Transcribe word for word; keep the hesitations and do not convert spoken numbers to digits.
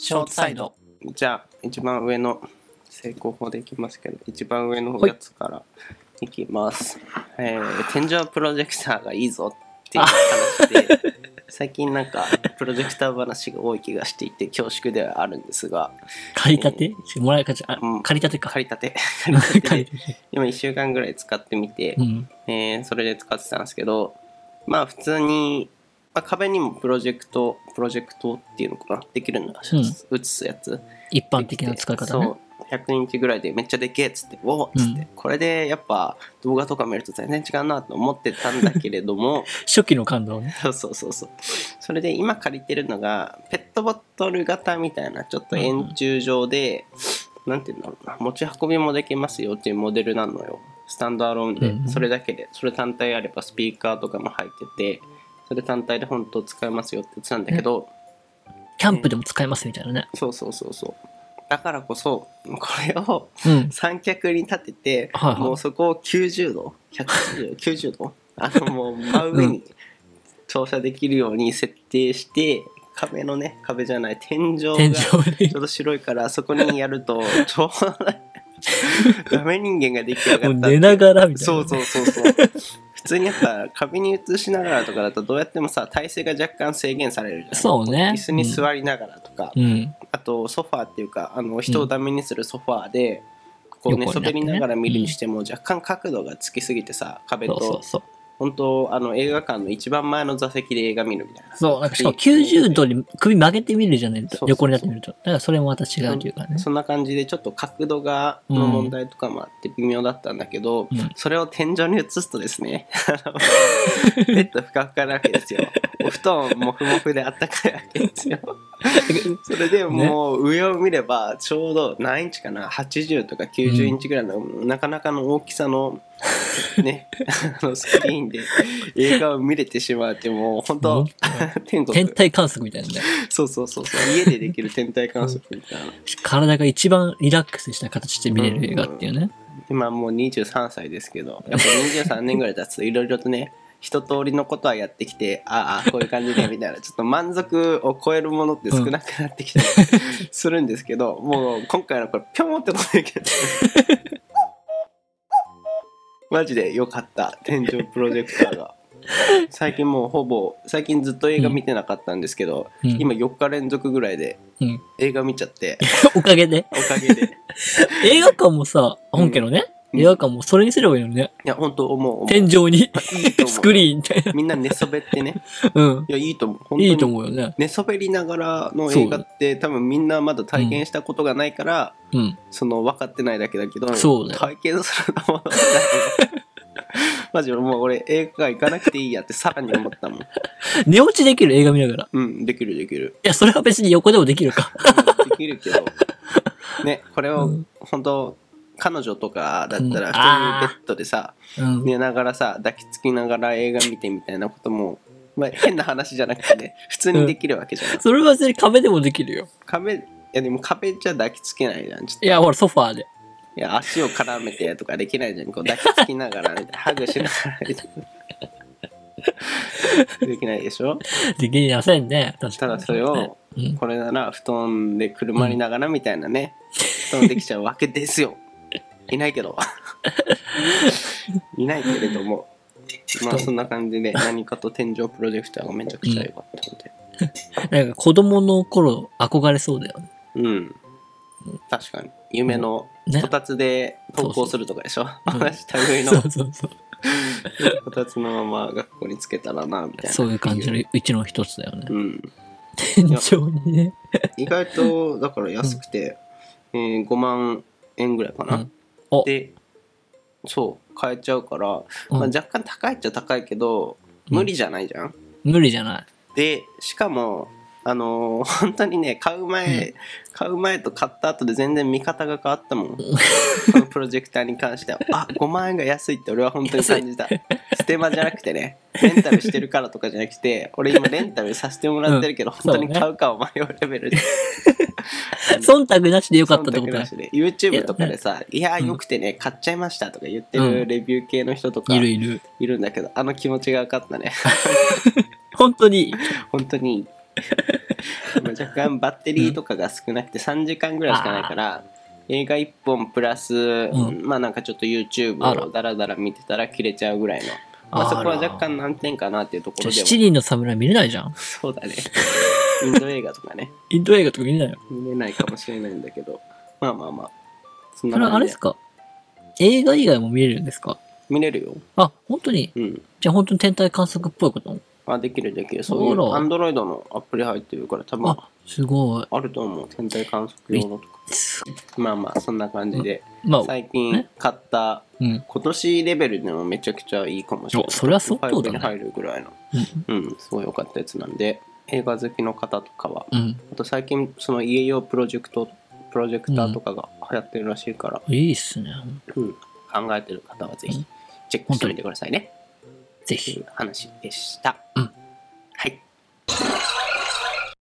ショートサイド。 じゃあ一番上の成功法でいきますけど、一番上のやつからいきます、えー、天井プロジェクターがいいぞっていう話で最近なんかプロジェクター話が多い気がしていて恐縮ではあるんですが、 借りたて、えー、もらいかちあ、うん、借りたてか借りたて借りたてで今いっしゅうかんぐらい使ってみて、うんえー、それで使ってたんですけど、まあ普通に、まあ、壁にもプロジェクトプロジェクトっていうのかなできるのが、うん、映すやつ一般的な使い方ね。 そうひゃくインチぐらいでめっちゃでけえっつっておっつって、うん、これでやっぱ動画とか見ると全然違うなと思ってたんだけれども初期の感動ね。 そうそうそうそう。それで今借りてるのがペットボトル型みたいなちょっと円柱状で、うん、なんていうんだろうな、持ち運びもできますよっていうモデルなのよ。スタンドアローンで、うん、それだけでそれ単体あればスピーカーとかも入っててそれ単体で本当使えますよって言ってたんだけど、 キャンプでも使えますみたいなね。 そうそうそうそう。だからこそこれを三脚に立てて、うん、もうそこをきゅうじゅうどひゃくはちじゅうどきゅうじゅうどあのもう真上に照射できるように設定して、壁のね壁じゃない天井がちょっと白いからそこにやるとちょうどダメ人間が出来上がったって。 もう寝ながらみたいな。 そうそうそうそう。普通にやっぱ壁に映しながらとかだとどうやってもさ体勢が若干制限されるじゃん。 そうね。 椅子に座りながらとか、うん、あとソファーっていうかあの人をダメにするソファーで、うん、こう寝そべりながら見るにしても若干角度がつきすぎてさ壁と。そうそうそう。本当あの映画館の一番前の座席で映画見るみたいな。 そうなんかしかもきゅうじゅうどに首曲げてみるじゃないと横になってみると、だからそれもまた違うというかね。 そんな感じでちょっと角度がの問題とかもあって微妙だったんだけど、うん、それを天井に移すとですねベッドふかふかなわけですよ。お布団もふもふであったかいわけですよそれでもう上を見ればちょうど何インチかなはちじゅうとかきゅうじゅうインチぐらいの、うん、なかなかの大きさのねあのスクリーンで映画を見れてしまうってもう本当天国天体観測みたいなね。 そうそうそうそう家でできる天体観測みたいな、うん、 体が一番リラックスした形で見れる映画っていうね、うんうん、 今もうにじゅうさんさいですけどやっぱにじゅうさんねんぐらい経つといろいろとね一通りのことはやってきてああこういう感じでみたいなちょっと満足を超えるものって少なくなってきたりするんですけど、うん、もう今回のこれピョンって飛んできてマジで良かった天井プロジェクターが最近もうほぼ最近ずっと映画見てなかったんですけど、うん、今よっか連続ぐらいで映画見ちゃって、 うん、おかげでおかげで映画館もさ本家のね、うん、映画館もそれにすればいいのにね。 いや本当思う思う天井にいいスクリーンみたいなみんな寝そべってねうんいやいいと思う本当にいいと思うよね。 寝そべりながらの映画って多分みんなまだ体験したことがないから、うん、その分かってないだけだけどそう、ね、 体験するのもマジでもう俺映画館行かなくていいやってさらに思ったもん。 寝落ちできる映画見ながら。 うんできるできる。 いやそれは別に横でもできるかできるけどねこれを本当彼女とかだったら普通にベッドでさ、うん、寝ながらさ抱きつきながら映画見てみたいなことも、まあ、変な話じゃなくてね普通にできるわけじゃない、うん、 それは別に壁でもできるよ。 壁いやでも壁じゃ抱きつけないじゃん。ちょっといやほらソファーでいや足を絡めてとかできないじゃん。こう抱きつきながらハグしながらできないでしょ。 できませんね。確かにただそれを、うん、これなら布団でくるまりながらみたいなね、うん、布団できちゃうわけですよ。いないけどいないけれどもまあそんな感じで何かと天井プロジェクターがめちゃくちゃ良かったので、 うん、なんか子供の頃憧れそうだよね。 うん確かに夢のこたつで登校するとかでしょ、ね、同じ類のそうそうそうこたつのまま学校につけたらなみたいなそういう感じのうちの一つだよね、 うん、 天井にね意外とだから安くて、うんえー、ごまんえんぐらいかな、うん、でそう買えちゃうから、うんまあ、若干高いっちゃ高いけど無理じゃないじゃん、うん、 無理じゃないでしかもあのー、本当にね買う前、うん、買う前と買った後で全然見方が変わったもんこのプロジェクターに関してはあごまんえんが安いって俺は本当に感じたステマじゃなくてねレンタルしてるからとかじゃなくて俺今レンタルさせてもらってるけど、うん、本当に買うかを迷うレベルで忖度なしでよかったってことだ。 YouTube とかでさいやよくてね買っちゃいましたとか言ってるレビュー系の人とかいるいるいるんだけどあの気持ちが分かったね本当に本当に若若干バッテリーとかが少なくてさんじかんぐらいしかないから、映画いっぽんプラス、 うんまあなんかちょっと YouTube あらをダラダラ見てたら切れちゃうぐらいの、まあ、そこは若干難点かなっていうところでも。 七人の侍見れないじゃん。 そうだね。インド映画とかね。 インド映画とか見れないよ。 見れないかもしれないんだけど、まあまあまあ。そんそれはあれですか？映画以外も見れるんですか？ 見れるよ。 あ、本当に？ うん。 じゃあ本当に天体観測っぽいこと？ あ、できるできる。そういう Android のアプリ入ってるから多分あ、すごい。 あると思う。天体観測用のとか。まあまあ、そんな感じで。 まあ、 最近買った、 うん、 今年レベルでもめちゃくちゃいいかもしれない。 それはそうだね。 ファイブに入るぐらいの。うん、うん、すごい良かったやつなんで、映画好きの方とかは、うん、あと最近その家用プロジェクト、プロジェクターとかが流行ってるらしいから。 うん、いいっすね。 うん。考えてる方はぜひチェックしてみてくださいね。 ぜひ。 話でした。 うん。